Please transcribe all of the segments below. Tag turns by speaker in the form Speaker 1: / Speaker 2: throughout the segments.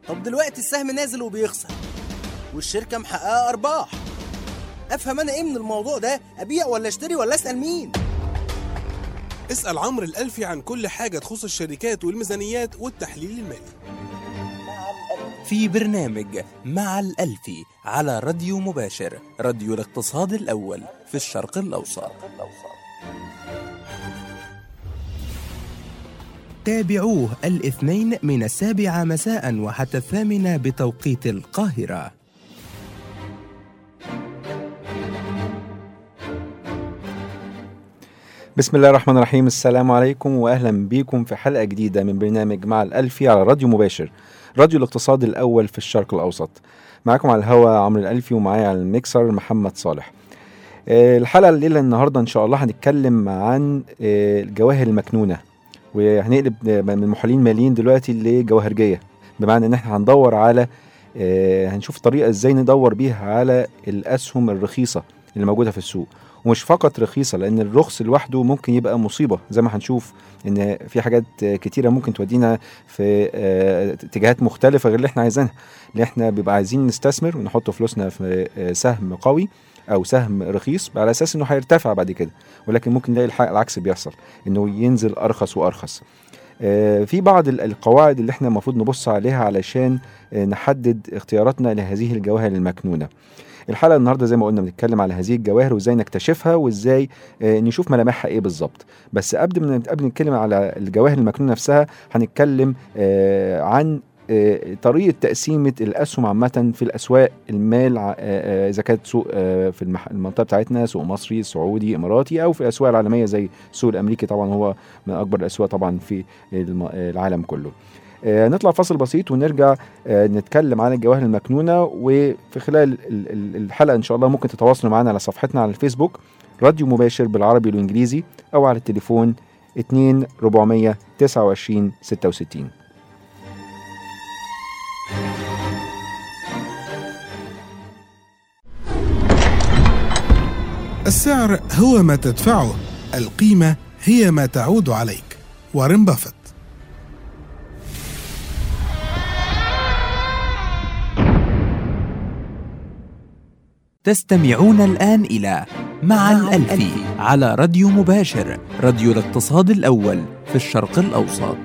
Speaker 1: طب دلوقتي السهم نازل وبيخسر والشركة محققة أرباح، أفهم أنا إيه من الموضوع ده؟ أبيع ولا أشتري ولا أسأل مين؟
Speaker 2: اسأل عمرو الألفي عن كل حاجة تخص الشركات والميزانيات والتحليل المالي
Speaker 3: في برنامج مع الألفي على راديو مباشر، راديو الاقتصاد الأول في الشرق الأوسط. تابعوه الاثنين من 7 مساء وحتى 8 بتوقيت القاهرة.
Speaker 4: بسم الله الرحمن الرحيم. السلام عليكم وأهلا بكم في حلقة جديدة من برنامج مع الألفي على راديو مباشر، راديو الاقتصاد الأول في الشرق الأوسط. معكم على الهواء عمرو الألفي ومعايا على الميكسر محمد صالح. الحلقة الليلة النهاردة إن شاء الله هنتكلم عن الجواهر المكنونة، وهنقلب من محللين ماليين دلوقتي لجواهرجية، بمعنى إن احنا هندور على هنشوف طريقة إزاي ندور بيها على الأسهم الرخيصة اللي موجودة في السوق، ومش فقط رخيصة، لأن الرخص لوحده ممكن يبقى مصيبة، زي ما هنشوف إن في حاجات كتيرة ممكن تودينا في اتجاهات مختلفة غير اللي احنا عايزينها. اللي احنا بيبقى عايزين نستثمر ونحط فلوسنا في سهم قوي أو سهم رخيص على أساس إنه هيرتفع بعد كده، ولكن ممكن نلاقي العكس بيحصل، إنه ينزل أرخص وأرخص. في بعض القواعد اللي احنا المفروض نبص عليها علشان نحدد اختياراتنا لهذه الجواهر المكنونة. الحلقة النهاردة زي ما قلنا بنتكلم على هذه الجواهر وازاي نكتشفها وازاي نشوف ملامحها ايه بالظبط. بس قبل نتكلم على الجواهر المكنونة نفسها، هنتكلم عن طريقة تقسيمة الأسهم عامة في الأسواق المال، إذا كانت سوق في المنطقة بتاعتنا، سوق مصري، سعودي، إماراتي، أو في الأسواق العالمية زي السوق الأمريكي. طبعا هو من أكبر الأسواق طبعا في العالم كله. نطلع فاصل بسيط ونرجع نتكلم عن الجواهر المكنونة. وفي خلال الحلقة إن شاء الله ممكن تتواصلوا معنا على صفحتنا على الفيسبوك راديو مباشر بالعربي والإنجليزي، أو على التليفون 2-429-66.
Speaker 5: السعر هو ما تدفعه، القيمة هي ما تعود عليك. وارن بافيت.
Speaker 3: تستمعون الآن إلى مع الألفي على راديو مباشر، راديو الاقتصاد الأول في الشرق الأوسط.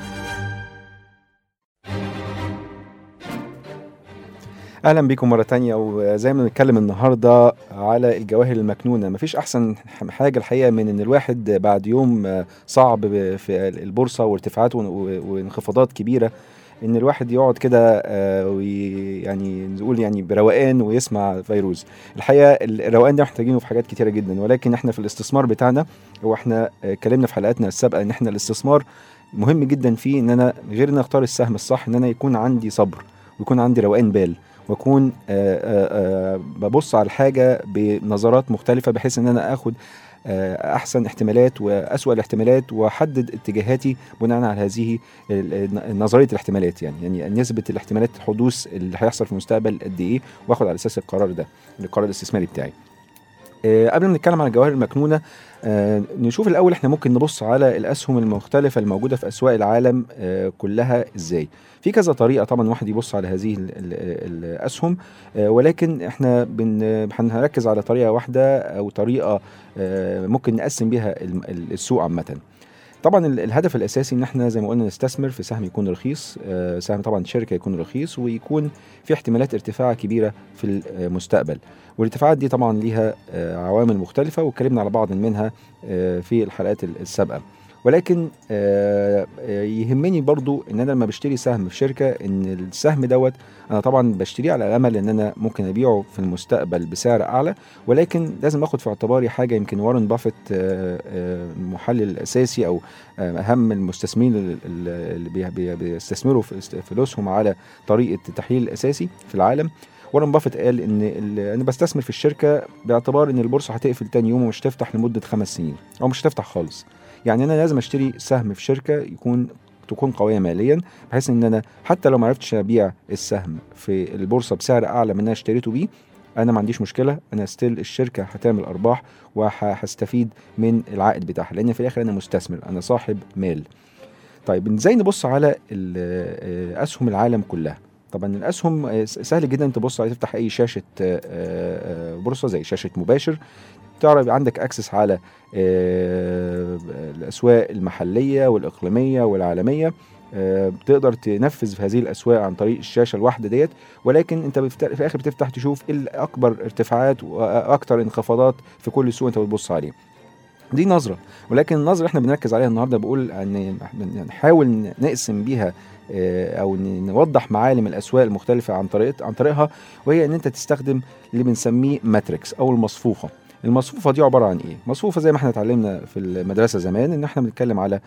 Speaker 4: أهلا بكم مرة تانية. وزي ما بنتكلم النهاردة على الجواهر المكنونة، مفيش أحسن حاجة الحقيقة من إن الواحد بعد يوم صعب في البورصة وارتفاعات وانخفاضات كبيرة، ان الواحد يقعد كده ويعني نقول يعني بروقان ويسمع فيروز. الحقيقه الروقان ده محتاجينه في حاجات كتيره جدا، ولكن احنا في الاستثمار بتاعنا، واحنا اتكلمنا في حلقاتنا السابقه ان احنا الاستثمار مهم جدا فيه ان انا غير ان اختار السهم الصح، ان انا يكون عندي صبر ويكون عندي روقان بال، واكون ببص على الحاجه بنظرات مختلفه، بحيث ان انا اخد احسن احتمالات واسوأ الاحتمالات، واحدد اتجاهاتي بناء على هذه نظريه الاحتمالات. يعني نسبه الاحتمالات الحدوث اللي هيحصل في المستقبل قد ايه، واخد على اساس القرار ده القرار الاستثماري بتاعي. قبل ما نتكلم عن الجواهر المكنونه، نشوف الاول احنا ممكن نبص على الاسهم المختلفه الموجوده في اسواق العالم كلها ازاي. في كذا طريقه طبعا واحد يبص على هذه الاسهم، ولكن احنا هنركز على طريقه واحده، او طريقه ممكن نقسم بيها السوق عامه. طبعا الهدف الاساسي ان احنا زي ما قلنا نستثمر في سهم يكون رخيص، سهم طبعا شركه يكون رخيص، ويكون في احتمالات ارتفاع كبيره في المستقبل. والارتفاعات دي طبعا ليها عوامل مختلفه، واتكلمنا على بعض منها في الحلقات السابقه. ولكن يهمني برضو ان انا لما بشتري سهم في شركه، ان السهم دوت انا طبعا بشتريه على امل ان انا ممكن ابيعه في المستقبل بسعر اعلى، ولكن لازم اخد في اعتباري حاجه يمكن وارن بافيت المحلل الاساسي او اهم المستثمرين اللي بيستثمروا فلوسهم على طريقه التحليل الاساسي في العالم. وارن بافيت قال ان انا بستثمر في الشركه باعتبار ان البورصه هتقفل تاني يوم ومش هتفتح لمده 5 سنين او مش هتفتح خالص. يعني انا لازم اشتري سهم في شركه تكون قويه ماليا، بحيث ان انا حتى لو ما عرفتش ابيع السهم في البورصه بسعر اعلى من انا اشتريته بيه، انا ما عنديش مشكله، انا ستيل الشركه هتعمل ارباح وهستفيد من العائد بتاعها، لان في الاخر انا مستثمر، انا صاحب مال. طيب ازاي نبص على اسهم العالم كلها؟ طبعا الاسهم سهل جدا تبص على، تفتح اي شاشه بورصه زي شاشه مباشر، تعرف عندك اكسس على الاسواق المحليه والاقليميه والعالميه. بتقدر تنفذ في هذه الاسواق عن طريق الشاشه الواحده ديت، ولكن انت في الاخر بتفتح تشوف اكبر ارتفاعات واكتر انخفاضات في كل سوق انت بتبص عليه. دي نظره، ولكن النظره احنا بنركز عليها النهارده بقول ان نحاول نقسم بيها او نوضح معالم الاسواق المختلفه عن طريقها، وهي ان انت تستخدم اللي بنسميه ماتريكس او المصفوفه. المصفوفه دي عباره عن ايه؟ مصفوفه زي ما احنا اتعلمنا في المدرسه زمان ان احنا بنتكلم على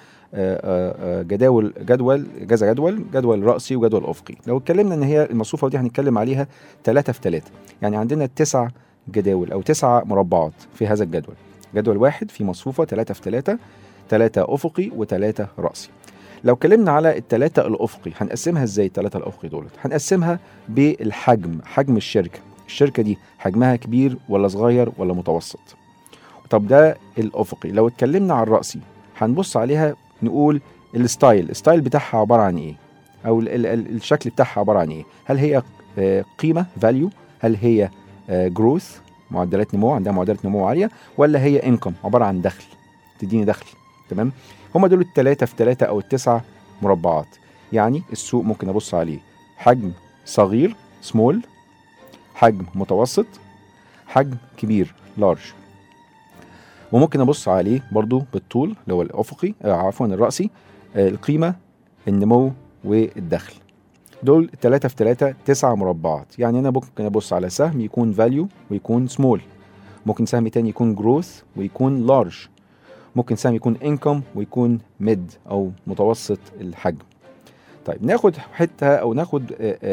Speaker 4: جدول رأسي وجدول افقي. لو اتكلمنا ان هي المصفوفه دي هنتكلم عليها 3 في 3، يعني عندنا 9 جداول او 9 مربعات في هذا الجدول. جدول واحد في مصفوفه 3 في 3، 3 افقي و3 رأسي. لو اتكلمنا على الثلاثه الافقي هنقسمها ازاي؟ الثلاثه الافقي دولت هنقسمها بالحجم، حجم الشركه دي حجمها كبير ولا صغير ولا متوسط. طب ده الافقي. لو اتكلمنا على الرأسي هنبص عليها نقول الستايل بتاعها عباره عن ايه، او الشكل بتاعها عباره عن ايه. هل هي قيمه فاليو، هل هي جروث معدلات نمو، عندها معدلات نمو عاليه، ولا هي انكم عباره عن دخل تديني دخل. تمام، هما دول 3 في 3 او 9 مربعات. يعني السوق ممكن ابص عليه حجم صغير سمول، حجم متوسط، حجم كبير لارج، وممكن ابص عليه برضو بالطول اللي هو الافقي الرأسي، القيمه، النمو، والدخل. دول 3 في 3 9 مربعات. يعني انا ممكن ابص على سهم يكون فاليو ويكون سمول، ممكن سهم تاني يكون جروث ويكون لارج، ممكن سهم يكون انكم ويكون ميد او متوسط الحجم. طيب ناخد حته او ناخد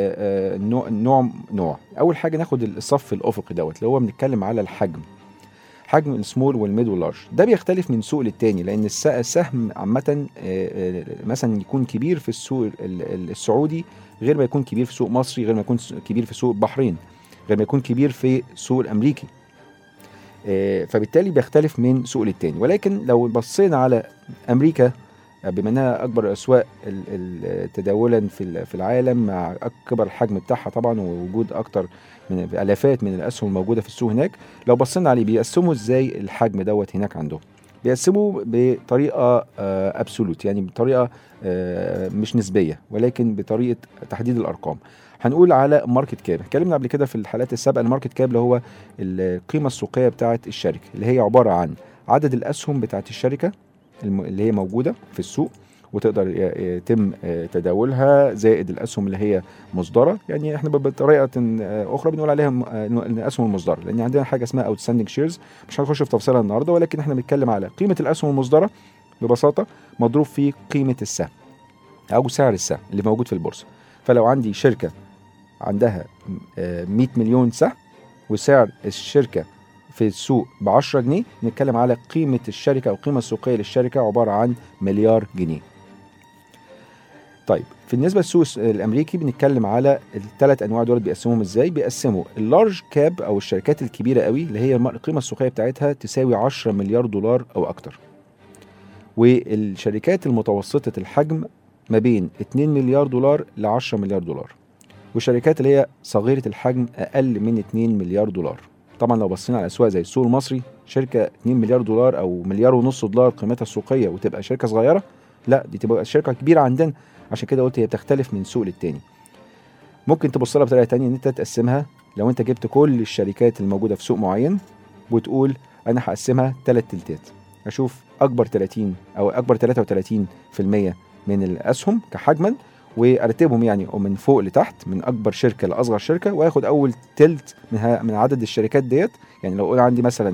Speaker 4: نوع. اول حاجه ناخد الصف الافقي دوت اللي هو بنتكلم على الحجم، حجم السمول والميد واللارج. ده بيختلف من سوق للتاني، لان السهم عامه مثلا يكون كبير في السوق السعودي غير ما يكون كبير في سوق مصري، غير ما يكون كبير في سوق البحرين، غير ما يكون كبير في سوق الامريكي. فبالتالي بيختلف من سوق للتاني. ولكن لو بصينا على امريكا بما انها اكبر الاسواق تداولا في العالم، مع اكبر الحجم بتاعها طبعا ووجود اكتر من الافات من الاسهم الموجوده في السوق هناك، لو بصينا عليه بيقسموا ازاي الحجم دوت هناك عندهم؟ بيقسموا بطريقه ابسولوت، يعني بطريقه مش نسبيه ولكن بطريقه تحديد الارقام. هنقول على ماركت كاب. اتكلمنا قبل كده في الحلقات السابقه. الماركت كاب اللي هو القيمه السوقيه بتاعه الشركه، اللي هي عباره عن عدد الاسهم بتاعه الشركه اللي هي موجوده في السوق وتقدر يتم تداولها، زائد الاسهم اللي هي مصدره. يعني احنا بطريقه اخرى بنقول عليها الاسهم المصدره، لان عندنا حاجه اسمها اوتستاندينج شيرز، مش هنخش في تفصيلها النهارده، ولكن احنا بنتكلم على قيمه الاسهم المصدره ببساطه مضروب في قيمه السهم او سعر السهم اللي موجود في البورصه. فلو عندي شركه عندها 100 مليون سهم وسعر الشركه في السوق ب10 جنيه، نتكلم على قيمة الشركة أو القيمة السوقية للشركة عبارة عن مليار جنيه. طيب بالنسبة للسوق الأمريكي بنتكلم على الثلاث أنواع دول بيقسموهم إزاي؟ بيقسموا اللارج كاب أو الشركات الكبيرة قوي اللي هي القيمة السوقية بتاعتها تساوي 10 مليار دولار أو أكتر، والشركات المتوسطة الحجم ما بين 2 مليار دولار ل 10 مليار دولار، والشركات اللي هي صغيرة الحجم أقل من 2 مليار دولار. طبعا لو بصينا على اسواق زي السوق المصري، شركه 2 مليار دولار او مليار ونص دولار قيمتها السوقيه وتبقى شركه صغيره، لا دي تبقى شركه كبيره عندنا. عشان كده قلت هي بتختلف من سوق للتاني. ممكن تبص لها بطريقه تانية، ان انت تقسمها. لو انت جبت كل الشركات الموجوده في سوق معين وتقول انا هقسمها 3 تلتات، اشوف اكبر 30 او اكبر 33% من الاسهم كحجما وارتبهم يعني من فوق لتحت، من اكبر شركه لاصغر شركه، واخد اول تلت من عدد الشركات ديت. يعني لو قلنا عندي مثلا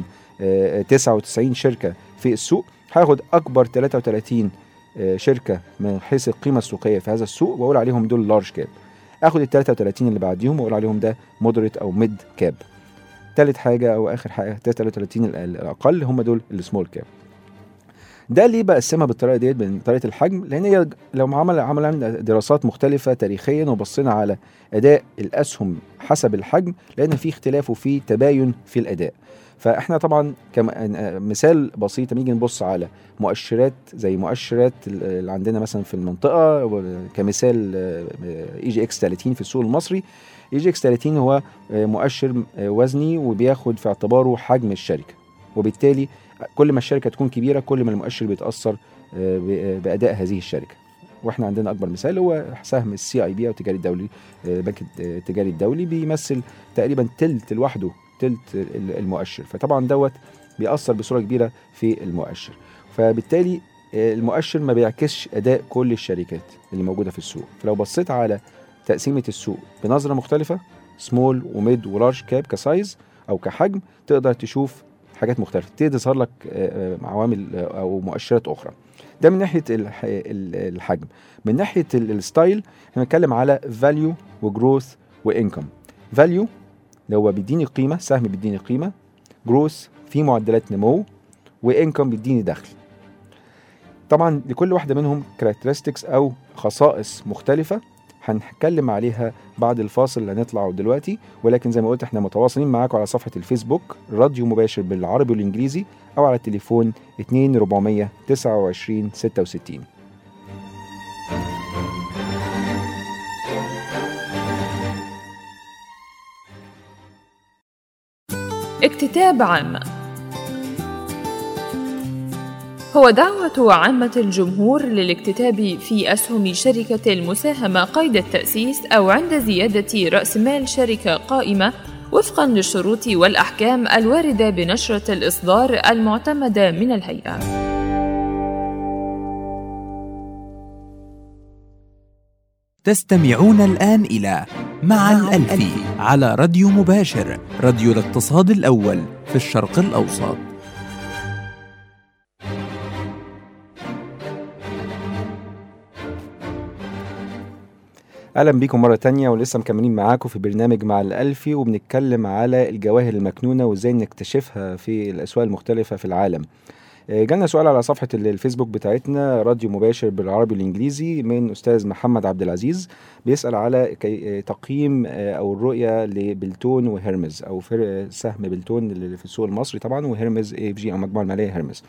Speaker 4: 99 شركه في السوق، هاخد اكبر 33 شركه من حيث القيمه السوقيه في هذا السوق واقول عليهم دول لارج كاب. اخد ال 33 اللي بعديهم واقول عليهم ده مودريت او ميد كاب. ثالث حاجه او اخر حاجه 33 الاقل هم دول السمول كاب. ده ليه بقسمها بالطريقه ديت من طريقه الحجم؟ لان هي لو عملنا دراسات مختلفه تاريخيا وبصينا على اداء الاسهم حسب الحجم، لان في اختلاف وفي تباين في الاداء. فاحنا طبعا مثال بسيط، نيجي نبص على مؤشرات زي مؤشرات اللي عندنا مثلا في المنطقه، كمثال EGX 30 في السوق المصري. EGX 30 هو مؤشر وزني وبياخد في اعتباره حجم الشركه، وبالتالي كل ما الشركه تكون كبيره كل ما المؤشر بيتاثر باداء هذه الشركه. واحنا عندنا اكبر مثال هو سهم CIB او التجاري الدولي، البنك التجاري الدولي بيمثل تقريبا تلت لوحده، تلت المؤشر، فطبعا دوت بيأثر بصوره كبيره في المؤشر. فبالتالي المؤشر ما بيعكسش اداء كل الشركات اللي موجوده في السوق. فلو بصيت على تقسيمه السوق بنظره مختلفه، سمول وميد ولارج كاب كسايز او كحجم، تقدر تشوف حاجات مختلفه، تقدر تظهر لك عوامل او مؤشرات اخرى. ده من ناحيه الحجم. من ناحيه الستايل احنا بنتكلم على فاليو وجروث وانكم. فاليو اللي هو بيديني قيمه، سهم بيديني قيمه. جروث في معدلات نمو. وانكم بيديني دخل. طبعا لكل واحده منهم كاركترستكس او خصائص مختلفه هنتكلم عليها بعد الفاصل اللي هنطلعه دلوقتي. ولكن زي ما قلت احنا متواصلين معاكم على صفحه الفيسبوك راديو مباشر بالعربي والانجليزي، او على التليفون 2 429 66.
Speaker 6: اكتتاب عام هو دعوة عامة الجمهور للاكتتاب في أسهم شركة المساهمة قيد التأسيس أو عند زيادة رأس مال شركة قائمة وفقا للشروط والأحكام الواردة بنشرة الإصدار المعتمدة من الهيئة.
Speaker 3: تستمعون الآن إلى مع الألفي على راديو مباشر، راديو الاقتصاد الأول في الشرق الأوسط.
Speaker 4: اهلا بيكم مره تانية، ولسه مكملين معاكم في برنامج مع الألفي، وبنتكلم على الجواهر المكنونه وازاي نكتشفها في الاسواق المختلفه في العالم. جالنا سؤال على صفحه الفيسبوك بتاعتنا راديو مباشر بالعربي والانجليزي من استاذ محمد عبد العزيز، بيسال على تقييم او الرؤيه لبلتون وهيرمز، او سهم بلتون اللي في السوق المصري طبعا، وهيرمز AFG او مجموعه الماليه هيرمز.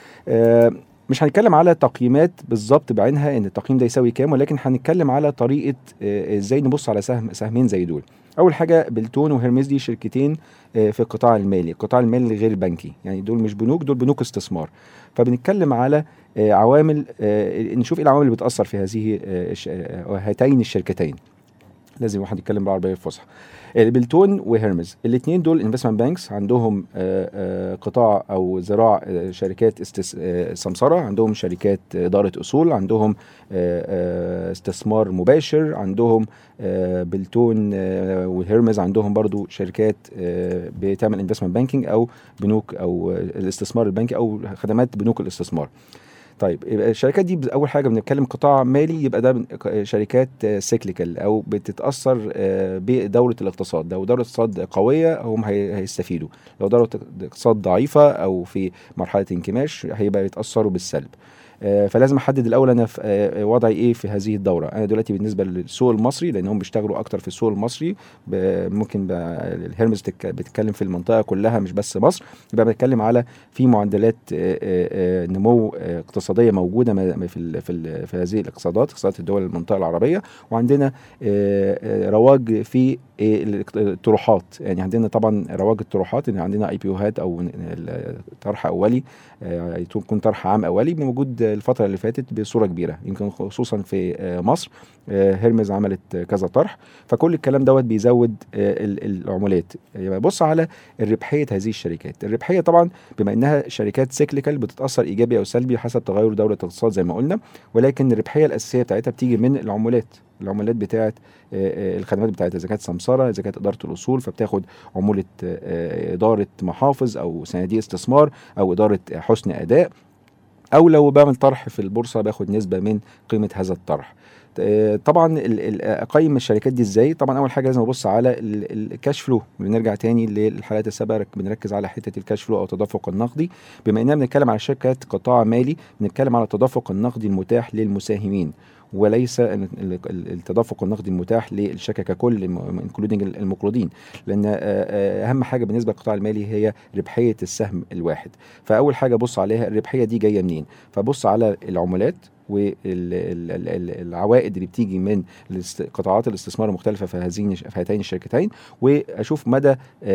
Speaker 4: مش هنتكلم على تقييمات بالظبط بعينها ان التقييم ده يساوي كام، ولكن هنتكلم على طريقه ازاي نبص على سهمين زي دول. اول حاجه بلتون وهيرمز دي شركتين في القطاع المالي، القطاع المالي غير البنكي، يعني دول مش بنوك، دول بنوك استثمار. فبنتكلم على عوامل، نشوف ايه العوامل اللي بتاثر في هذه هاتين الشركتين. لازم واحد يتكلم بالعربيه الفصحى. بلتون وهيرمز الاثنين دول انفستمنت بانكس، عندهم قطاع او ذراع شركات سمسره، عندهم شركات اداره اصول، عندهم استثمار مباشر، عندهم بلتون وهيرمز عندهم برضو شركات بتعمل انفستمنت بانكينج او بنوك او الاستثمار البنكي او خدمات بنوك الاستثمار. طيب الشركات دي اول حاجه بنتكلم قطاع مالي، يبقى ده شركات سيكليكال او بتتاثر بدوره الاقتصاد. لو دوره الاقتصاد قويه هم هيستفيدوا، لو دوره الاقتصاد ضعيفه او في مرحله انكماش هيبقى يتاثروا بالسلب. فلازم احدد الاول انا في وضعي ايه في هذه الدوره. انا دلوقتي بالنسبه للسوق المصري، لانهم بيشتغلوا اكتر في السوق المصري، ممكن الهيرمز بتتكلم في المنطقه كلها مش بس مصر، يبقى بنتكلم على في معدلات نمو اقتصاديه موجوده في هذه اقتصادات الدول المنطقه العربيه، وعندنا رواج في الطروحات. يعني عندنا طبعا رواج الطروحات، ان عندنا IPOهات او طرح اولي، يكون طرح عام اولي موجود الفتره اللي فاتت بصوره كبيره، يمكن خصوصا في مصر. هيرمز عملت كذا طرح، فكل الكلام دوت بيزود العمولات. يعني بص على الربحيه هذه الشركات. الربحيه طبعا بما انها شركات سيكليكال بتتاثر ايجابي او سلبي حسب تغير دوره الاقتصاد زي ما قلنا، ولكن الربحيه الاساسيه بتاعتها بتيجي من العمولات بتاعت الخدمات بتاعتها، اذا كانت سمسره، اذا كانت اداره الاصول فبتاخد عموله اداره محافظ او صناديق استثمار او اداره حسن اداء، او لو بعمل طرح في البورصه باخد نسبه من قيمه هذا الطرح. طبعا اقيم الشركات دي ازاي؟ طبعا اول حاجه لازم ابص على الكاش فلو. بنرجع تاني للحلقات السابقه، بنركز على حته الكاش فلو او التدفق النقدي. بما اننا بنتكلم على شركات قطاع مالي، بنتكلم على التدفق النقدي المتاح للمساهمين، وليس التدفق النقدي المتاح للشركه ككل انكلودنج المقرضين، لان اهم حاجه بالنسبه للقطاع المالي هي ربحيه السهم الواحد. فاول حاجه ابص عليها الربحيه دي جايه منين، فبص على العمولات والعوائد اللي بتيجي من قطاعات الاستثمار المختلفه في هاتين الشركتين، واشوف مدى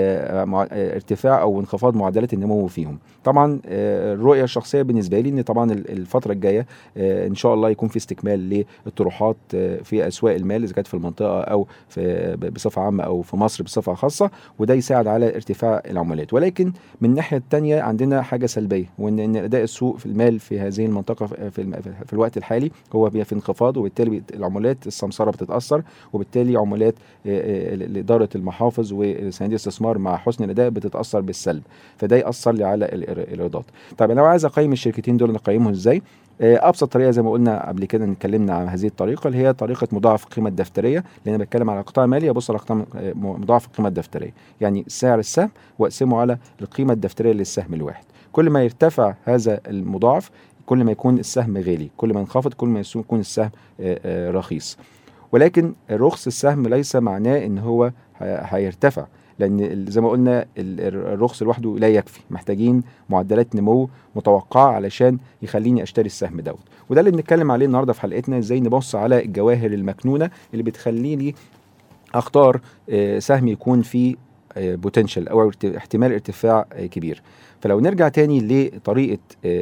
Speaker 4: ارتفاع او انخفاض معدلات النمو فيهم. طبعا الرؤيه الشخصيه بالنسبه لي ان طبعا الفتره الجايه ان شاء الله يكون في استكمال للطروحات في اسواق المال، اذا كانت في المنطقه او بصفه عامه او في مصر بصفه خاصه، وده يساعد على ارتفاع العملات. ولكن من الناحيه الثانيه عندنا حاجه سلبيه، وان اداء السوق في المال في هذه المنطقه في الوقت الحالي هو في انخفاض، وبالتالي العملات السمسره بتتاثر، وبالتالي عملات اداره المحافظ وصناديق الاستثمار مع حسن الاداء بتتاثر بالسلب، فده ياثر لي على الايرادات. طيب انا لو عايز اقيم الشركتين دول نقيمهم ازاي؟ ابسط طريقه زي ما قلنا قبل كده، اتكلمنا عن هذه الطريقه اللي هي طريقه مضاعف القيمه الدفتريه. لان انا بتكلم على قطاع مالي، ابص على مضاعف القيمه الدفتريه، يعني سعر السهم واقسمه على القيمه الدفتريه للسهم الواحد. كل ما يرتفع هذا المضاعف كل ما يكون السهم غالي، كل ما ينخفض كل ما يكون السهم رخيص. ولكن رخص السهم ليس معناه ان هو هيرتفع، لان زي ما قلنا الرخص لوحده لا يكفي، محتاجين معدلات نمو متوقعه علشان يخليني اشتري السهم دوت. وده اللي بنتكلم عليه النهارده في حلقتنا، ازاي نبص على الجواهر المكنونه اللي بتخليني اختار سهم يكون فيه بوتنشال او احتمال ارتفاع كبير. فلو نرجع تاني لطريقه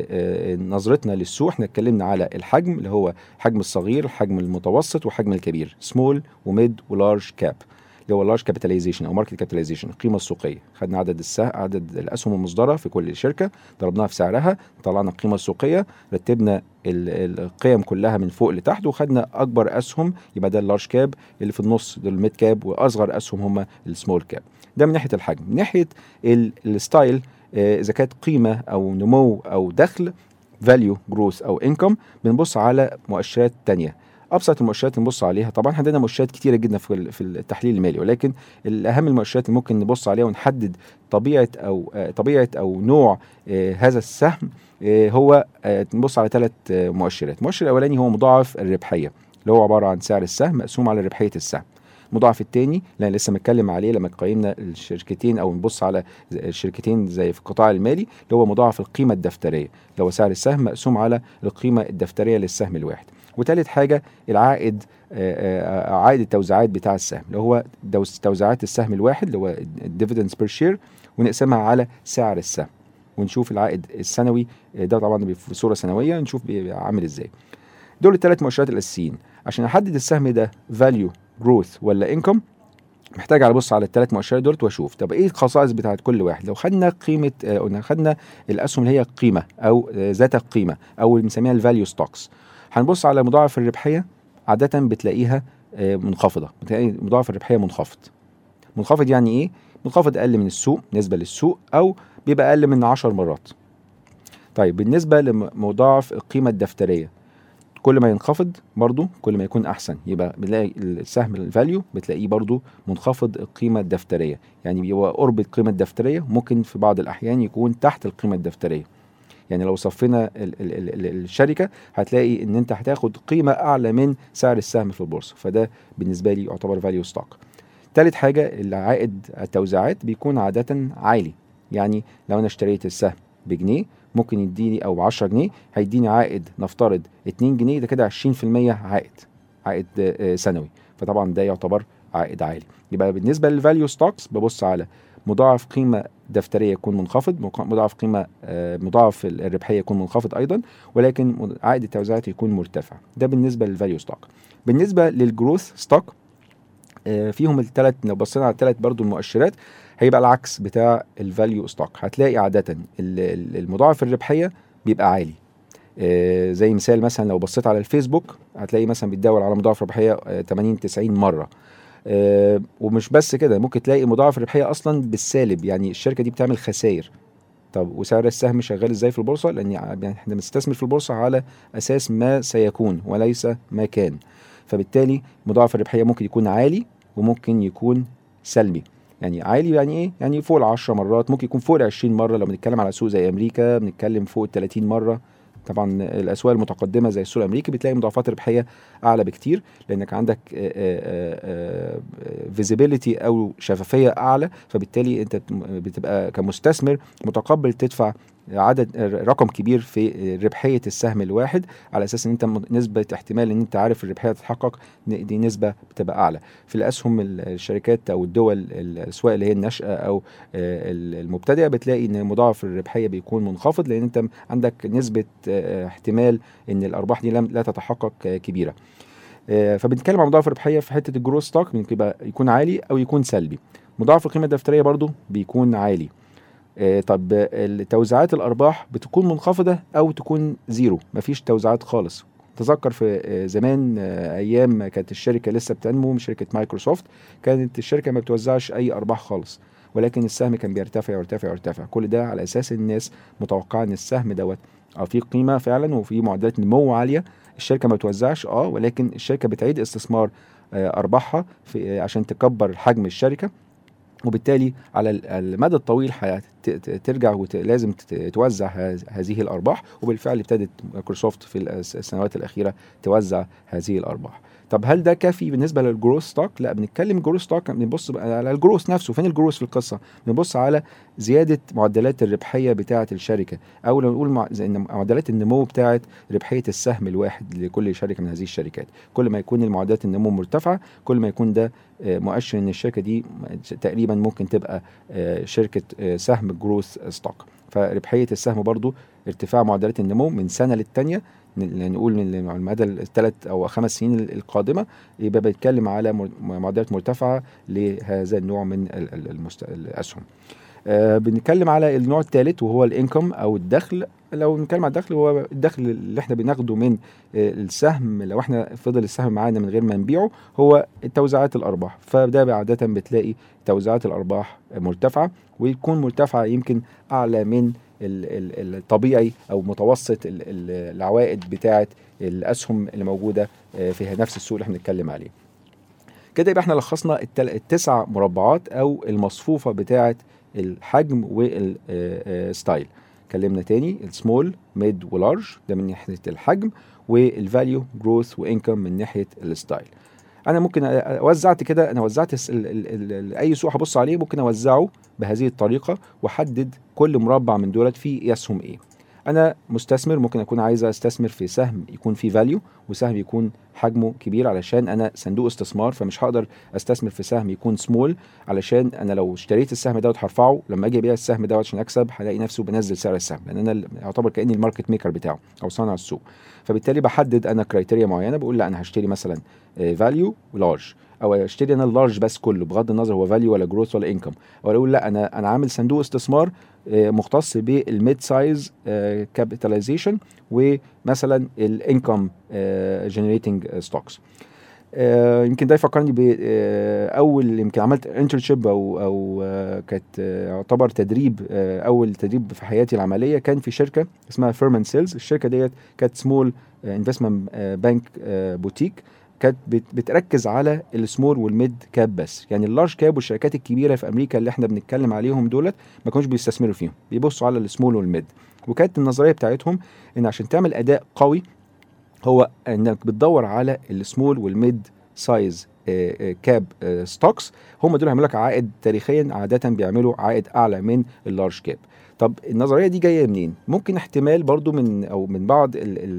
Speaker 4: نظرتنا للسوق، احنا اتكلمنا على الحجم اللي هو حجم الصغير، الحجم المتوسط، وحجم الكبير، سمول وميد ولارج كاب، اللي هو لارج كابيتاليزيشن او ماركت كابيتاليزيشن، القيمه السوقيه. خدنا عدد الاسهم المصدره في كل شركه، ضربناها في سعرها، طلعنا القيمه السوقيه، رتبنا القيم كلها من فوق لتحت، وخدنا اكبر اسهم يبقى ده اللارج كاب، اللي في النص دول الميد كاب، واصغر اسهم هم السمول كاب. ده من ناحيه الحجم. من ناحيه الستايل، اذا كانت قيمه او نمو او دخل، فاليو جروث او انكم، بنبص على مؤشرات تانية. ابسط المؤشرات نبص عليها، طبعا عندنا مؤشرات كتيره جدا في التحليل المالي، ولكن الاهم المؤشرات اللي ممكن نبص عليها ونحدد طبيعه او نوع هذا السهم، هو نبص على 3 مؤشرات. المؤشر الاولاني هو مضاعف الربحيه، اللي هو عباره عن سعر السهم مقسوم على ربحيه السهم. المضاعف الثاني اللي انا لسه متكلم عليه لما قيمنا الشركتين او نبص على الشركتين زي في القطاع المالي، اللي هو مضاعف القيمه الدفتريه، اللي هو سعر السهم مقسوم على القيمه الدفتريه للسهم الواحد. وثالث حاجه العائد، عائد التوزيعات بتاع السهم، اللي هو توزيعات السهم الواحد، اللي هو الديفيدندز بير شير، ونقسمها على سعر السهم ونشوف العائد السنوي ده طبعا بصوره سنويه، نشوف عامل ازاي. دول ال3 مؤشرات الاساسيين. عشان احدد السهم ده فاليو جروث ولا انكم، محتاج ابص على ال3 مؤشرات دول واشوف طب ايه الخصائص بتاعت كل واحد. لو خدنا قيمه، خدنا الاسهم اللي هي قيمه او ذات القيمه او اللي بنسميها الفاليو ستوكس، هنبص على مضاعف الربحيه، عاده بتلاقيها منخفضه، بتلاقي مضاعف الربحيه منخفض يعني ايه؟ منخفض اقل من السوق، نسبه للسوق، او بيبقى اقل من 10 مرات. طيب بالنسبه لمضاعف القيمه الدفتريه، كل ما ينخفض برضو كل ما يكون احسن، يبقى بنلاقي السهم الفاليو بتلاقيه برضو منخفض القيمه الدفتريه، يعني بيبقى قرب القيمه الدفتريه، ممكن في بعض الاحيان يكون تحت القيمه الدفتريه. يعني لو صفينا الشركه هتلاقي ان انت هتاخد قيمه اعلى من سعر السهم في البورصه، فده بالنسبه لي يعتبر فاليو ستوك. ثالث حاجه العائد التوزيعات بيكون عاده عالي، يعني لو انا اشتريت السهم بجنيه ممكن يديني او 10 جنيه هيديني عائد نفترض 2 جنيه، ده كده 20% عائد سنوي، فطبعا ده يعتبر عائد عالي. يبقى بالنسبه للفاليو ستوكس ببص على مضاعف قيمه دفتريه يكون منخفض، مضاعف الربحيه يكون منخفض ايضا، ولكن عائد التوزيعات يكون مرتفع. ده بالنسبه للفاليو ستوك. بالنسبه للجروث ستوك، فيهم ال3، لو بصينا على ال3 برضو المؤشرات هيبقى العكس بتاع الفاليو ستوك. هتلاقي عاده المضاعف الربحيه بيبقى عالي، زي مثال مثلا لو بصيت على الفيسبوك هتلاقي مثلا بيتداول على مضاعف ربحيه 80-90 مره. ومش بس كده، ممكن تلاقي مضاعف الربحيه اصلا بالسالب، يعني الشركه دي بتعمل خسائر. طب وسعر السهم شغال ازاي في البورصه؟ لان يعني احنا بنستثمر في البورصه على اساس ما سيكون وليس ما كان. فبالتالي مضاعف الربحيه ممكن يكون عالي وممكن يكون سلبي. يعني عالي يعني ايه؟ يعني فوق 10 مرات، ممكن يكون فوق 20 مره لو بنتكلم على سوق زي امريكا، بنتكلم فوق 30 مره. طبعا الاسواق المتقدمه زي السوق الامريكي بتلاقي مضاعفات ربحيه اعلى بكتير، لانك عندك فيزيبيليتي او شفافيه اعلى، فبالتالي انت بتبقى كمستثمر متقبل تدفع رقم كبير في ربحيه السهم الواحد، على اساس ان انت نسبه احتمال ان انت عارف الربحيه تتحقق، دي نسبه بتبقى اعلى. في الاسهم الشركات او الدول الاسواق اللي هي الناشئه او المبتدئه بتلاقي ان مضاعف الربحيه بيكون منخفض، لان انت عندك نسبه احتمال ان الارباح دي لا تتحقق كبيره. فبنتكلم عن مضاعف الربحيه في حته الجروث ستوك ممكن يكون عالي او يكون سلبي. مضاعف القيمه الدفتريه برضو بيكون عالي. طب توزيعات الارباح بتكون منخفضه او تكون زيرو، مفيش توزيعات خالص. تذكر في زمان ايام كانت الشركه لسه بتنمو، شركه مايكروسوفت، كانت الشركه ما بتوزعش اي ارباح خالص، ولكن السهم كان بيرتفع يرتفع يرتفع. كل ده على اساس الناس متوقعه ان السهم دوت في قيمه فعلا وفي معدلات نمو عاليه. الشركه ما بتوزعش ولكن الشركه بتعيد استثمار ارباحها عشان تكبر حجم الشركه، وبالتالي على المدى الطويل ترجع ولازم توزع هذه الارباح. وبالفعل ابتدت مايكروسوفت في السنوات الاخيره توزع هذه الارباح. طب هل ده كافي بالنسبه للجروث ستوك؟ لا، بنتكلم جروث ستوك بنبص على الجروث نفسه. فين الجروث في القصه؟ بنبص على زياده معدلات الربحيه بتاعه الشركه، او لو نقول معدلات النمو بتاعه ربحيه السهم الواحد لكل شركه من هذه الشركات. كل ما يكون المعدلات النمو مرتفعه كل ما يكون ده مؤشر ان الشركه دي تقريبا ممكن تبقى شركه سهم جروث ستوك. فربحيه السهم برضو ارتفاع معدلات النمو من سنه للتانيه، نقول من مدى الثلاث او 5 سنين القادمه، يبقى بيتكلم على معدلات مرتفعه لهذا النوع من الاسهم. بنتكلم على النوع الثالث وهو الانكم او الدخل. لو نتكلم على الدخل، هو الدخل اللي احنا بناخده من السهم لو احنا فضل السهم معانا من غير ما نبيعه، هو توزيعات الارباح. فده عاده بتلاقي توزيعات الارباح مرتفعه، ويكون مرتفعه يمكن اعلى من الطبيعي او متوسط العوائد بتاعه الاسهم اللي موجوده في نفس السوق اللي احنا بنتكلم عليه. كده يبقى احنا لخصنا ال9 مربعات او المصفوفه بتاعه الحجم والستايل. اتكلمنا تاني السمول ميد ولارج ده من ناحيه الحجم، والفاليو جروث وانكم من ناحيه الستايل. انا ممكن وزعت كده، انا وزعت اي سوق هبص عليه ممكن اوزعه بهذه الطريقه، واحدد كل مربع من دولت فيه يسهم ايه. انا مستثمر ممكن اكون عايز استثمر في سهم يكون فيه فاليو، وسهم يكون حجمه كبير علشان انا صندوق استثمار، فمش هقدر استثمر في سهم يكون سمول، علشان انا لو اشتريت السهم دوت هرفعه، لما اجي ابيع السهم دوت عشان اكسب هلاقي نفسه بنزل سعر السهم، لان انا يعتبر كاني الماركت ميكر بتاعه او صانع السوق. فبالتالي بحدد انا كرايتيريا معينه، بقول لا انا هشتري مثلا فاليو ولارج، او اشتري انا اللارج بس كله بغض النظر هو فاليو ولا جروث ولا انكم، او اقول لا انا عامل صندوق استثمار مختص بالميد سايز كابيتاليزيشن ومثلا الانكم جنريتنج ستوكس. يمكن ده يفكرني باول يمكن عملت انترنشيب او كانت يعتبر تدريب، اول تدريب في حياتي العمليه كان في شركه اسمها فيرمان سيلز. الشركه ديت كانت سمول انفستمنت بانك بوتيك، كانت بتركز على السمول والميد كاب بس. يعني اللارج كاب والشركات الكبيره في امريكا اللي احنا بنتكلم عليهم دولت ما كانوش بيستثمروا فيهم، بيبصوا على السمول والميد. وكانت النظريه بتاعتهم ان عشان تعمل اداء قوي هو انك بتدور على السمول والميد سايز كاب ستوكس، هم دول هيعملوا لك عائد تاريخيا، عاده بيعملوا عائد اعلى من اللارج كاب. طب النظريه دي جايه منين؟ ممكن احتمال برضو من بعض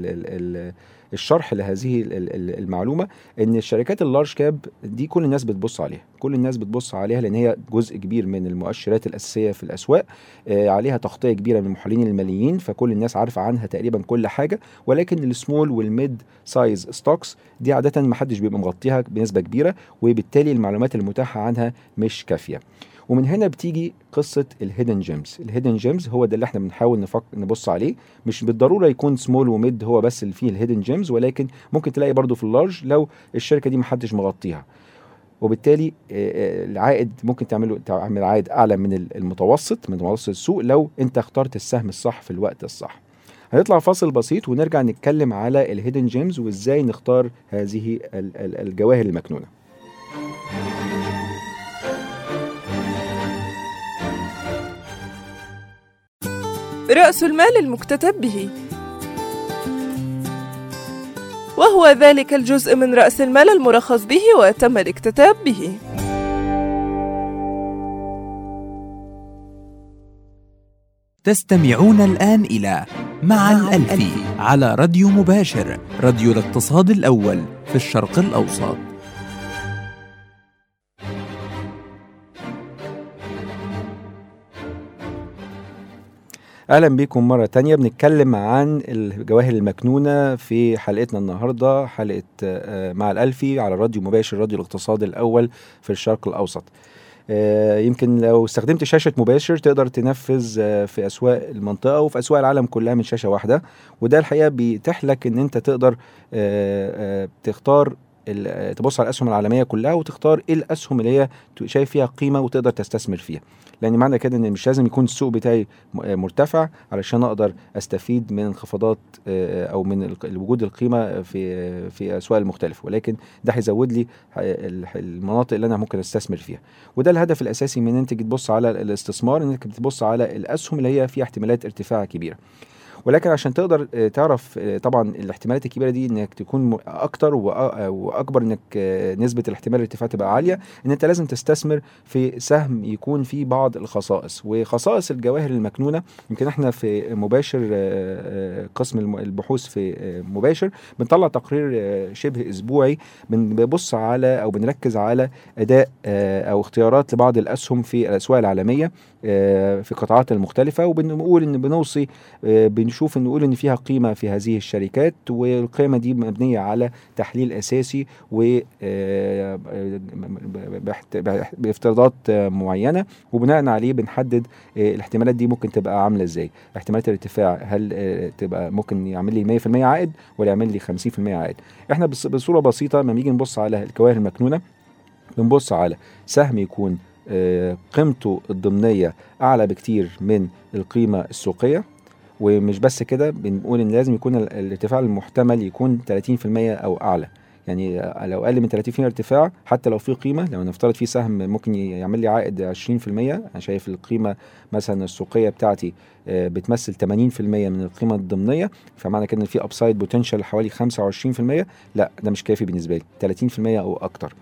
Speaker 4: الشرح لهذه المعلومه، ان الشركات اللارج كاب دي كل الناس بتبص عليها، لان هي جزء كبير من المؤشرات الاساسيه في الاسواق، عليها تغطيه كبيره من المحللين الماليين، فكل الناس عارفه عنها تقريبا كل حاجه. ولكن السمول والميد سايز ستوكس دي عاده ما حدش بيبقى مغطيها بنسبه كبيره، وبالتالي المعلومات المتاحه عنها مش كافيه. ومن هنا بتيجي قصه الهيدن جيمز. الهيدن جيمز هو ده اللي احنا بنحاول نبص عليه، مش بالضروره يكون سمول وميد هو بس اللي فيه الهيدن جيمز، ولكن ممكن تلاقي برضو في اللارج لو الشركه دي محدش مغطيها، وبالتالي العائد ممكن تعمل عائد اعلى من المتوسط، من متوسط السوق لو انت اخترت السهم الصح في الوقت الصح. هنطلع فاصل بسيط ونرجع نتكلم على الهيدن جيمز وازاي نختار هذه الجواهر المكنونة.
Speaker 7: رأس المال المكتتب به، وهو ذلك الجزء من رأس المال المرخص به وتم الاكتتاب به.
Speaker 3: تستمعون الآن إلى مع الألفي على راديو مباشر، راديو الاقتصاد الأول في الشرق الأوسط.
Speaker 4: أهلا بكم مرة تانية. بنتكلم عن الجواهر المكنونة في حلقتنا النهاردة، حلقة مع الألفي على راديو مباشر، راديو الاقتصاد الأول في الشرق الأوسط. يمكن لو استخدمت شاشة مباشر تقدر تنفذ في أسواق المنطقة وفي أسواق العالم كلها من شاشة واحدة، وده الحقيقة بيتيح لك إن أنت تقدر تختار تبص على الأسهم العالمية كلها وتختار إيه الأسهم اللي هي شايف فيها قيمة وتقدر تستثمر فيها. لأن معنى كده إن مش لازم يكون السوق بتاعي مرتفع علشان أقدر أستفيد من انخفاضات أو من وجود القيمة في أسواق المختلفة، ولكن ده هيزود لي المناطق اللي أنا ممكن أستثمر فيها. وده الهدف الأساسي من أنت تبص على الاستثمار، إنك بتبص على الأسهم اللي هي فيها احتمالات ارتفاع كبيرة. ولكن عشان تقدر تعرف طبعا الاحتمالات الكبيره دي انك تكون اكتر واكبر، انك نسبه الاحتمال الارتفاع تبقى عاليه، ان انت لازم تستثمر في سهم يكون فيه بعض الخصائص. وخصائص الجواهر المكنونه يمكن احنا في مباشر قسم البحوث في مباشر بنطلع تقرير شبه اسبوعي بنبص على او بنركز على اداء او اختيارات لبعض الاسهم في الاسواق العالميه في القطاعات المختلفة، وبنقول ان بنوصي بنشوف نقول ان فيها قيمة في هذه الشركات، والقيمة دي مبنية على تحليل اساسي و بافتراضات معينة، وبناء عليه بنحدد الاحتمالات دي ممكن تبقى عاملة ازاي. احتمالات الارتفاع هل تبقى ممكن يعمل لي 100% عائد ولا يعمل لي 50% عائد. احنا بصورة بسيطة لما نيجي نبص على الجواهر المكنونة بنبص على سهم يكون قيمته الضمنية أعلى بكتير من القيمة السوقية، ومش بس كده بنقول إن لازم يكون الارتفاع المحتمل يكون 30% أو أعلى. يعني لو أقل من 30% ارتفاع حتى لو في قيمة، لو نفترض في سهم ممكن يعمل لي عائد 20%، أنا شايف القيمة مثلا السوقية بتاعتي بتمثل 80% من القيمة الضمنية، فمعنى كده إن في أبسايد بوتنشال حوالي 25%، لا ده مش كافي بالنسبة لي، 30% أو أكتر.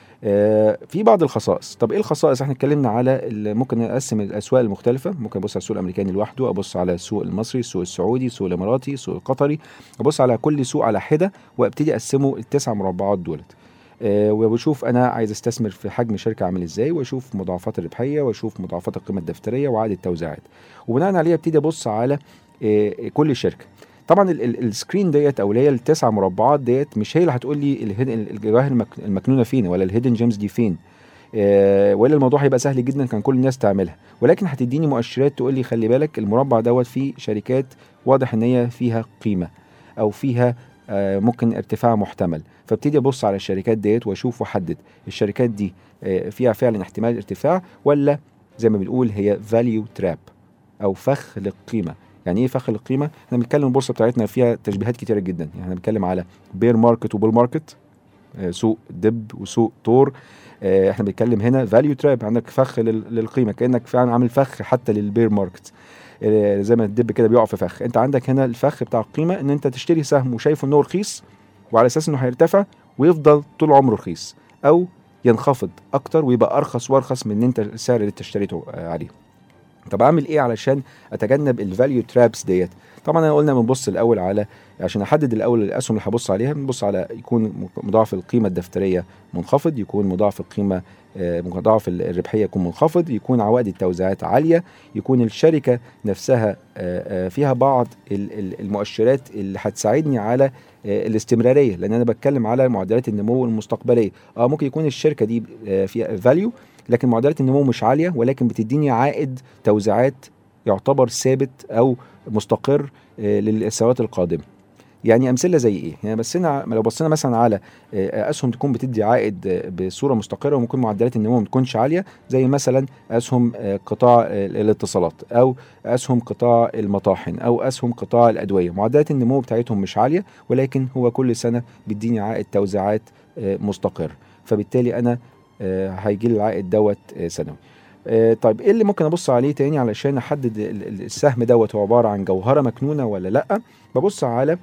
Speaker 4: في بعض الخصائص. طب ايه الخصائص؟ احنا اتكلمنا على ممكن نقسم الاسواق المختلفه، ممكن ابص على السوق الامريكاني لوحده، ابص على السوق المصري، السوق السعودي، السوق الاماراتي، السوق القطري، ابص على كل سوق على حده وابتدي اقسمه ال9 مربعات دولت، وبشوف انا عايز استثمر في حجم شركه عامل ازاي، واشوف مضاعفات الربحيه، واشوف مضاعفات القيمه الدفتريه وعائد التوزيعات، وبناء عليها ابتدي ابص على كل شركه. طبعا السكرين ديت او اللي هي ال9 مربعات ديت مش هي اللي هتقول لي الجواهر المكنونه فين ولا الهيدن جيمز دي فين، ولا الموضوع هيبقى سهل جدا كان كل الناس تعملها، ولكن هتديني مؤشرات تقول لي خلي بالك المربع دوت فيه شركات واضح ان هي فيها قيمه او فيها ممكن ارتفاع محتمل، فابتدي ابص على الشركات ديت واشوف واحدد الشركات دي فيها فعلا احتمال ارتفاع ولا زي ما بنقول هي فاليو تراب او فخ للقيمه. يعني ايه فخ القيمه؟ احنا بنتكلم البورصه بتاعتنا فيها تشبيهات كتيره جدا، يعني احنا بنتكلم على بير ماركت وبول ماركت، سوق دب وسوق طور. احنا بنتكلم هنا فاليو تراب، عندك فخ للقيمه كانك فعلا عامل فخ حتى للبير ماركت، زي ما الدب كده بيقع في فخ. انت عندك هنا الفخ بتاع القيمه ان انت تشتري سهم وشايفه انه رخيص وعلى اساس انه هيرتفع ويفضل طول عمره رخيص، او ينخفض اكتر ويبقى ارخص وارخص من انت السعر اللي انت اشتريته عليه. طب اعمل ايه علشان اتجنب الفاليو ترابس ديت؟ طبعا انا قلنا بنبص الاول على عشان احدد الاول الاسهم اللي هبص عليها، بنبص على يكون مضاعف القيمه الدفتريه منخفض، يكون مضاعف القيمه مضاعف الربحيه يكون منخفض، يكون عوائد التوزيعات عاليه، يكون الشركه نفسها فيها بعض المؤشرات اللي هتساعدني على الاستمراريه، لان انا بتكلم على معدلات النمو المستقبليه. ممكن يكون الشركه دي فيها فاليو لكن معدلات النمو مش عاليه، ولكن بتديني عائد توزيعات يعتبر ثابت او مستقر للسنوات القادمه. يعني امثله زي ايه؟ يعني لو بصينا مثلا على اسهم تكون بتدي عائد بصوره مستقره وممكن معدلات النمو ما تكونش عاليه، زي مثلا اسهم قطاع الاتصالات، او اسهم قطاع المطاحن، او اسهم قطاع الادويه، معدلات النمو بتاعتهم مش عاليه، ولكن هو كل سنه بيديني عائد توزيعات مستقر، فبالتالي انا هيجي لي العائد دوت سنوي. طيب ايه اللي ممكن ابص عليه تاني علشان احدد السهم دوت هو عباره عن جوهره مكنونه ولا لا؟ ببص على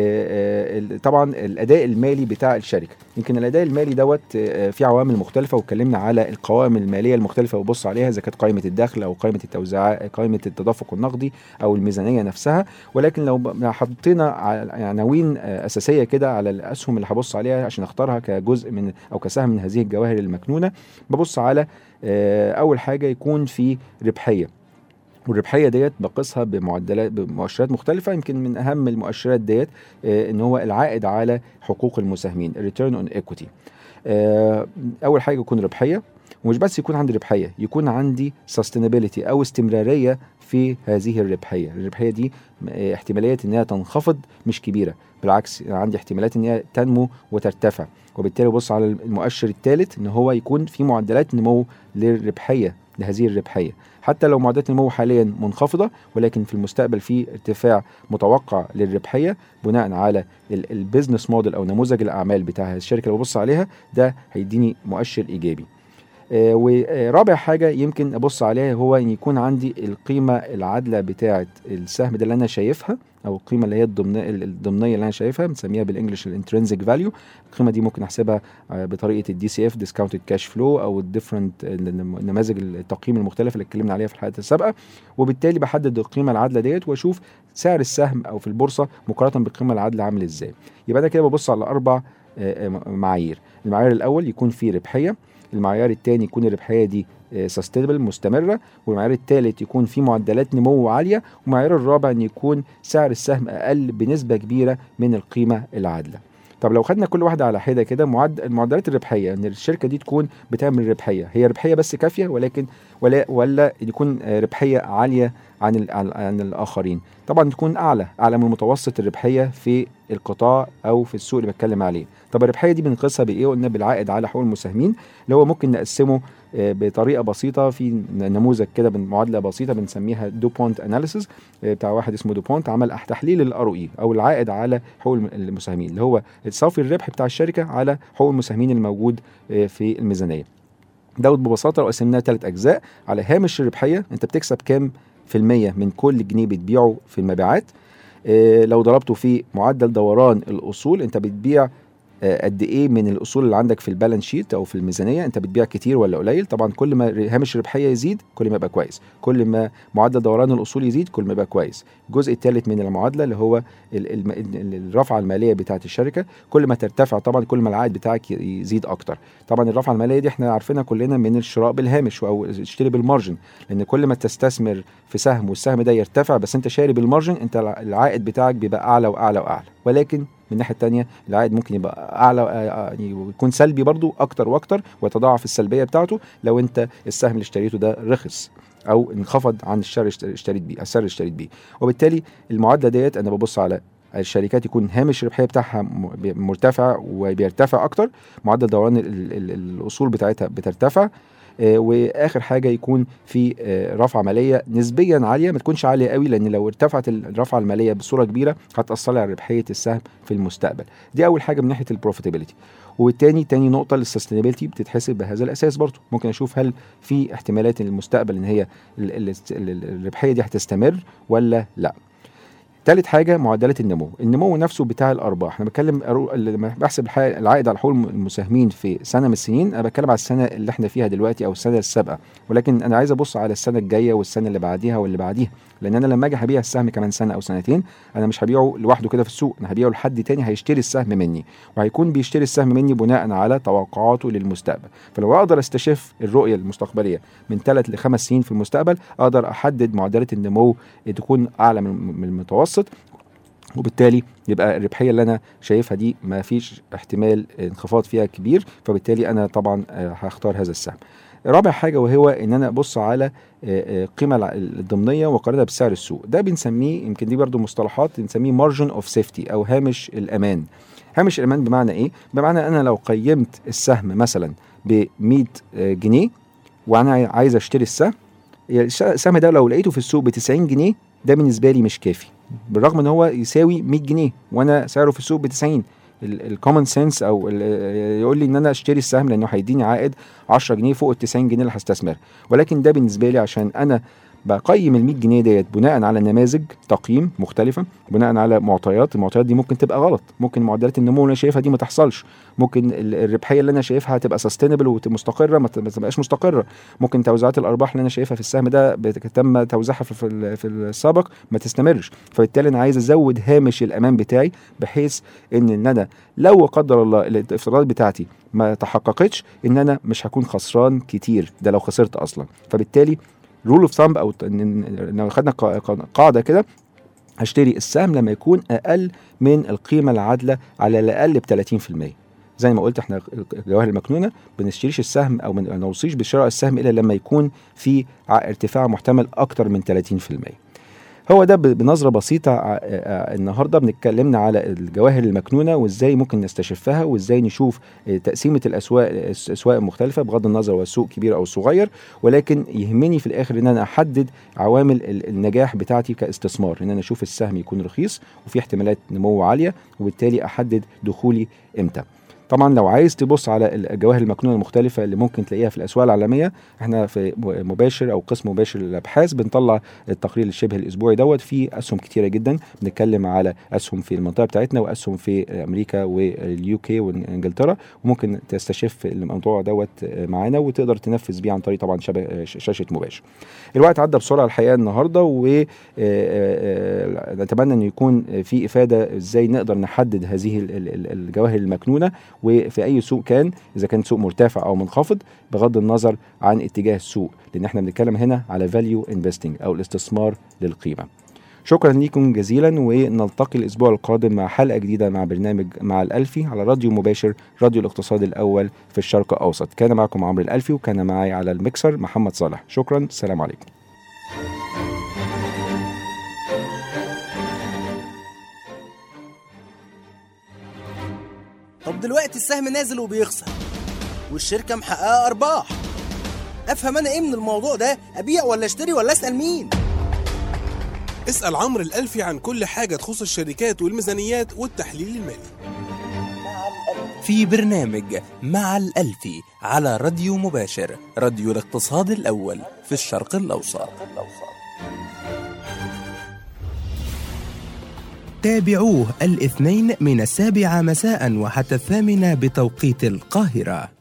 Speaker 4: طبعا الاداء المالي بتاع الشركه. يمكن الاداء المالي دوت في عوامل مختلفه، واتكلمنا على القوائم الماليه المختلفه وبص عليها، اذا كانت قائمه الدخل او قائمه التوزيعات، قائمه التدفق النقدي، او الميزانيه نفسها. ولكن لو حطينا عناوين اساسيه كده على الاسهم اللي هبص عليها عشان اختارها كجزء من او كسهم من هذه الجواهر المكنونه، ببص على اول حاجه يكون في ربحيه، والربحيه ديت بقيسها بمؤشرات مختلفه. يمكن من اهم المؤشرات ديت ان هو العائد على حقوق المساهمين، الريتيرن اون ايكويتي. اول حاجه يكون ربحيه، ومش بس يكون عندي ربحيه، يكون عندي sustainability او استمراريه في هذه الربحيه. الربحيه دي احتماليه انها تنخفض مش كبيره، بالعكس عندي احتمالات انها تنمو وترتفع. وبالتالي ببص على المؤشر الثالث ان هو يكون في معدلات نمو للربحيه، لهذه الربحيه، حتى لو معدلات النمو حاليا منخفضه، ولكن في المستقبل في ارتفاع متوقع للربحيه بناء على البيزنس موديل او نموذج الاعمال بتاع الشركه اللي ببص عليها، ده هيديني مؤشر ايجابي. ورابع حاجه يمكن ابص عليها هو ان يكون عندي القيمه العادله بتاعه السهم ده اللي انا شايفها، او القيمه اللي هي الضمنيه اللي انا شايفها، بنسميها بالانجلش الانترنسيك فاليو. القيمه دي ممكن احسبها بطريقه الدي سي اف، ديسكاونتد كاش فلو، او الديفرنت نماذج التقييم المختلفه اللي اتكلمنا عليها في الحلقات السابقه. وبالتالي بحدد القيمه العادله ديت واشوف سعر السهم او في البورصه مقارنه بالقيمه العادله عامل ازاي. يبقى انا كده ببص على 4 معايير. المعيار الاول يكون فيه ربحيه، المعيار الثاني يكون الربحيه دي سستينبل مستمره، والمعيار الثالث يكون في معدلات نمو عاليه، والمعيار الرابع ان يكون سعر السهم اقل بنسبه كبيره من القيمه العادله. طب لو خدنا كل واحده على حده كده، معدلات الربحيه ان الشركه دي تكون بتعمل ربحيه، هي ربحيه بس كافيه ولكن ولا يكون ربحيه عاليه عن الاخرين؟ طبعا تكون اعلى من متوسط الربحيه في القطاع او في السوق اللي بتكلم عليه. طب الربحيه دي بنقيسها بايه؟ قلنا بالعائد على حقوق المساهمين، اللي هو ممكن نقسمه بطريقه بسيطه في نموذج كده بمعادله بسيطه بنسميها دوبونت اناليسيس، بتاع واحد اسمه دوبونت عمل تحليل الار او اي او العائد على حقوق المساهمين، اللي هو صافي الربح بتاع الشركه على حقوق المساهمين الموجود في الميزانيه. دوت ببساطه لو قسمناه 3 اجزاء، على هامش الربحيه انت بتكسب كام في المية من كل جنيه بتبيعه في المبيعات. لو ضربته في معدل دوران الاصول، انت بتبيع قد ايه من الاصول اللي عندك في البالانس شيت او في الميزانيه، انت بتبيع كتير ولا قليل؟ طبعا كل ما هامش الربحيه يزيد كل ما يبقى كويس، كل ما معدل دوران الاصول يزيد كل ما يبقى كويس. الجزء الثالث من المعادله اللي هو الرفعه الماليه بتاعه الشركه، كل ما ترتفع طبعا كل ما العائد بتاعك يزيد اكتر. طبعا الرفعه الماليه دي احنا عارفينها كلنا من الشراء بالهامش او تشتري بالمارجن، لان كل ما تستثمر في سهم والسهم ده يرتفع بس انت شاري بالمارجن، انت العائد بتاعك بيبقى اعلى واعلى واعلى. ولكن من الناحيه الثانيه العائد ممكن يبقى اعلى يعني يكون سلبي برضو اكتر واكتر، ويتضاعف السلبيه بتاعته لو انت السهم اللي اشتريته ده رخص او انخفض عن السعر اللي اشتريت بيه. وبالتالي المعادله ديت انا ببص على الشركات يكون هامش الربحيه بتاعها مرتفع وبيرتفع اكتر، معدل دوران الاصول بتاعتها بترتفع، واخر حاجه يكون في رفعه ماليه نسبيا عاليه، ما تكونش عاليه قوي، لان لو ارتفعت الرفعه الماليه بصوره كبيره هتاثر على ربحيه السهم في المستقبل. دي اول حاجه من ناحيه البروفيتابيلتي. تاني نقطه للسستينابيلتي بتتحسب بهذا الاساس برضو. ممكن اشوف هل في احتمالات المستقبل ان هي الربحيه دي هتستمر ولا لا. ثالث حاجه معدلات النمو نفسه بتاع الارباح. انا بتكلم لما بحسب العائد على حقوق المساهمين في سنه من السنين، انا بتكلم على السنه اللي احنا فيها دلوقتي او السنه السابقه، ولكن انا عايز ابص على السنه الجايه والسنه اللي بعديها واللي بعديها، لان انا لما اجي هبيع السهم كمان سنه او سنتين انا مش هبيعه لوحده كده في السوق، انا هبيعه لحد تاني هيشتري السهم مني، وهيكون بيشتري السهم مني بناء على توقعاته للمستقبل. فلو اقدر استشف الرؤيه المستقبليه من 3 ل 5 سنين في المستقبل، اقدر احدد معدلات النمو تكون اعلى من المتوسط، وبالتالي يبقى الربحيه اللي انا شايفها دي ما فيش احتمال انخفاض فيها كبير، فبالتالي انا طبعا هختار هذا السهم. رابع حاجة وهو ان انا ابص على القيمة الضمنية وقارنها بسعر السوق. ده بنسميه، يمكن دي برضو مصطلحات، بنسميه مارجن اوف سيفتي او هامش الامان. هامش الامان بمعنى ايه؟ بمعنى انا لو قيمت السهم مثلا ب 100 جنيه وانا عايز اشتري السهم ده لو لقيته في السوق ب 90 جنيه ده بالنسبة لي مش كافي، بالرغم ان هو يساوي 100 جنيه وانا سعره في السوق ب 90. الكومن سنس او يقول لي ان انا اشتري السهم لانه هيديني عائد 10 جنيه فوق ال 90 جنيه اللي هستثمرها. ولكن ده بالنسبه لي عشان انا بقيم ال 100 جنيه ديت بناء على نماذج تقييم مختلفه، بناء على معطيات. المعطيات دي ممكن تبقى غلط، ممكن معدلات النمو اللي انا شايفها دي ما تحصلش، ممكن الربحيه اللي انا شايفها هتبقى سستينبل ومستقره ما تبقاش مستقره، ممكن توزيعات الارباح اللي انا شايفها في السهم ده تم توزيعها في السابق ما تستمرش. فبالتالي انا عايز ازود هامش الامان بتاعي بحيث ان انا لو قدر الله الافتراضات بتاعتي ما تحققتش ان انا مش هكون خسران كتير، ده لو خسرت اصلا. فبالتالي رول اوف ثامب او لو خدنا قاعده كده، هشتري السهم لما يكون اقل من القيمه العادله على الاقل ب 30%. زي ما قلت احنا الجواهر المكنونه بنشتريش السهم او ما نوصيش بشراء السهم الا لما يكون في ارتفاع محتمل اكتر من 30%. هو ده بنظرة بسيطة. النهاردة بنتكلمنا على الجواهر المكنونة وازاي ممكن نستشفها وازاي نشوف تقسيمة الأسواق المختلفة بغض النظر هو السوق كبير أو صغير، ولكن يهمني في الآخر ان أنا أحدد عوامل النجاح بتاعتي كاستثمار، ان أنا أشوف السهم يكون رخيص وفي احتمالات نمو عالية، وبالتالي أحدد دخولي إمتى. طبعا لو عايز تبص على الجواهر المكنونه المختلفه اللي ممكن تلاقيها في الاسواق العالميه، احنا في مباشر او قسم مباشر للابحاث بنطلع التقرير الشبه الاسبوعي دوت فيه اسهم كتيره جدا. بنتكلم على اسهم في المنطقه بتاعتنا واسهم في امريكا واليو كي وانجلترا، وممكن تستشف الموضوع دوت معانا وتقدر تنفذ بيه عن طريق طبعا شاشه مباشر. الوقت عدى بسرعه الحقيقه النهارده، ونتمنى ان يكون في افاده ازاي نقدر نحدد هذه الجواهر المكنونه وفي اي سوق كان، اذا كان سوق مرتفع او منخفض بغض النظر عن اتجاه السوق، لان احنا بنتكلم هنا على فاليو انفستنج او الاستثمار للقيمه. شكرا لكم جزيلا، ونلتقي الاسبوع القادم مع حلقه جديده مع برنامج مع الألفي على راديو مباشر، راديو الاقتصاد الاول في الشرق الاوسط. كان معكم عمرو الألفي، وكان معي على المكسر محمد صالح. شكرا، السلام عليكم.
Speaker 1: طب دلوقتي السهم نازل وبيخسر والشركة محققة أرباح، أفهم أنا إيه من الموضوع ده؟ أبيع ولا أشتري ولا أسأل مين؟
Speaker 2: اسأل عمرو الألفي عن كل حاجة تخص الشركات والميزانيات والتحليل المالي
Speaker 3: في برنامج مع الألفي على راديو مباشر، راديو الاقتصاد الأول في الشرق الأوسط.
Speaker 8: تابعوه الاثنين من 7 مساء وحتى 8 بتوقيت القاهرة.